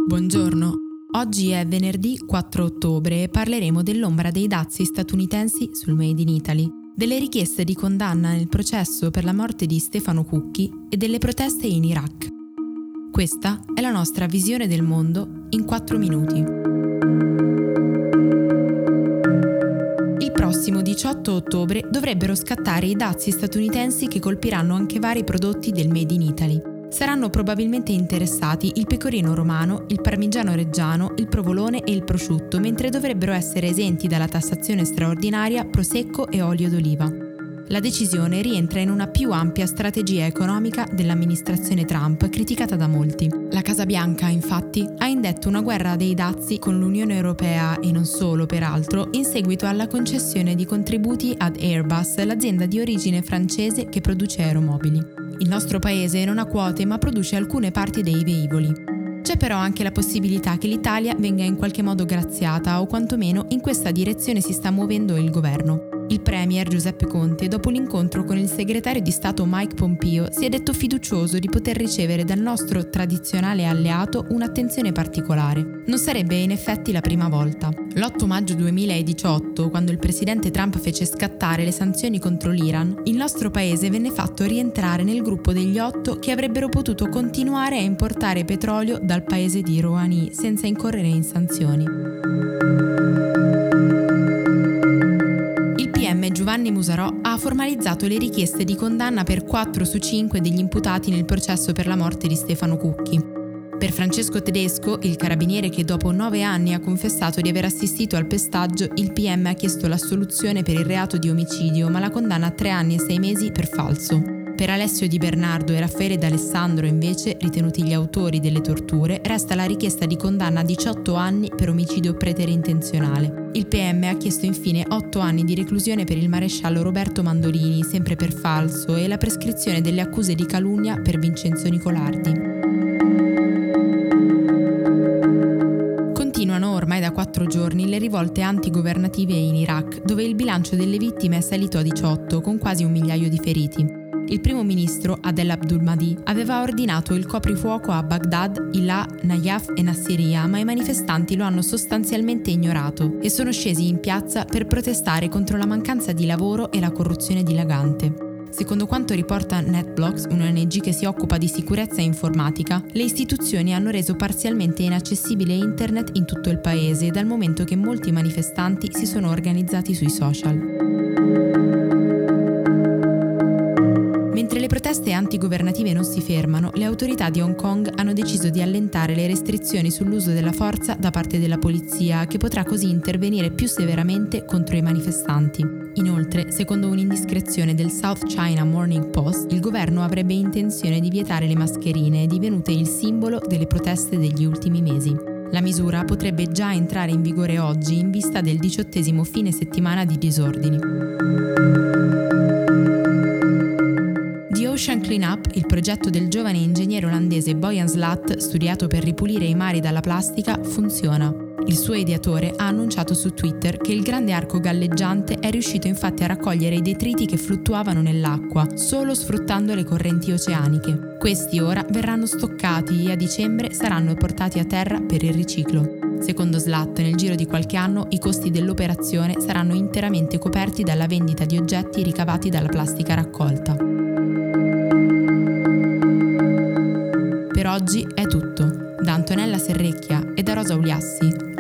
Buongiorno, oggi è venerdì 4 ottobre e parleremo dell'ombra dei dazi statunitensi sul Made in Italy, delle richieste di condanna nel processo per la morte di Stefano Cucchi e delle proteste in Iraq. Questa è la nostra visione del mondo in 4 minuti. Il prossimo 18 ottobre dovrebbero scattare i dazi statunitensi che colpiranno anche vari prodotti del Made in Italy. Saranno probabilmente interessati il pecorino romano, il parmigiano reggiano, il provolone e il prosciutto, mentre dovrebbero essere esenti dalla tassazione straordinaria prosecco e olio d'oliva. La decisione rientra in una più ampia strategia economica dell'amministrazione Trump, criticata da molti. La Casa Bianca, infatti, ha indetto una guerra dei dazi con l'Unione Europea e non solo, peraltro, in seguito alla concessione di contributi ad Airbus, l'azienda di origine francese che produce aeromobili. Il nostro paese non ha quote ma produce alcune parti dei velivoli. C'è però anche la possibilità che l'Italia venga in qualche modo graziata o quantomeno in questa direzione si sta muovendo il governo. Il premier Giuseppe Conte, dopo l'incontro con il segretario di Stato Mike Pompeo, si è detto fiducioso di poter ricevere dal nostro tradizionale alleato un'attenzione particolare. Non sarebbe in effetti la prima volta. L'8 maggio 2018, quando il presidente Trump fece scattare le sanzioni contro l'Iran, il nostro paese venne fatto rientrare nel gruppo degli 8 che avrebbero potuto continuare a importare petrolio dal paese di Rouhani senza incorrere in sanzioni. Giovanni Musarò ha formalizzato le richieste di condanna per 4 su 5 degli imputati nel processo per la morte di Stefano Cucchi. Per Francesco Tedesco, il carabiniere che dopo 9 anni ha confessato di aver assistito al pestaggio, il PM ha chiesto l'assoluzione per il reato di omicidio, ma la condanna a 3 anni e 6 mesi per falso. Per Alessio Di Bernardo e Raffaele D'Alessandro, invece, ritenuti gli autori delle torture, resta la richiesta di condanna a 18 anni per omicidio preterintenzionale. Il PM ha chiesto infine 8 anni di reclusione per il maresciallo Roberto Mandolini, sempre per falso, e la prescrizione delle accuse di calunnia per Vincenzo Nicolardi. Continuano ormai da 4 giorni le rivolte antigovernative in Iraq, dove il bilancio delle vittime è salito a 18, con quasi 1 migliaio di feriti. Il primo ministro, Adel Abdul-Mahdi, aveva ordinato il coprifuoco a Baghdad, Ilà, Najaf e Nassiriya, ma i manifestanti lo hanno sostanzialmente ignorato e sono scesi in piazza per protestare contro la mancanza di lavoro e la corruzione dilagante. Secondo quanto riporta NetBlocks, un'ONG che si occupa di sicurezza informatica, le istituzioni hanno reso parzialmente inaccessibile internet in tutto il paese, dal momento che molti manifestanti si sono organizzati sui social. Mentre le proteste antigovernative non si fermano, le autorità di Hong Kong hanno deciso di allentare le restrizioni sull'uso della forza da parte della polizia, che potrà così intervenire più severamente contro i manifestanti. Inoltre, secondo un'indiscrezione del South China Morning Post, il governo avrebbe intenzione di vietare le mascherine, divenute il simbolo delle proteste degli ultimi mesi. La misura potrebbe già entrare in vigore oggi in vista del 18° fine settimana di disordini. The Ocean Cleanup, il progetto del giovane ingegnere olandese Boyan Slat, studiato per ripulire i mari dalla plastica, funziona. Il suo ideatore ha annunciato su Twitter che il grande arco galleggiante è riuscito infatti a raccogliere i detriti che fluttuavano nell'acqua, solo sfruttando le correnti oceaniche. Questi ora verranno stoccati e a dicembre saranno portati a terra per il riciclo. Secondo Slat, nel giro di qualche anno i costi dell'operazione saranno interamente coperti dalla vendita di oggetti ricavati dalla plastica raccolta. Per oggi è tutto. Da Antonella Serrecchia e da Rosa Uliassi.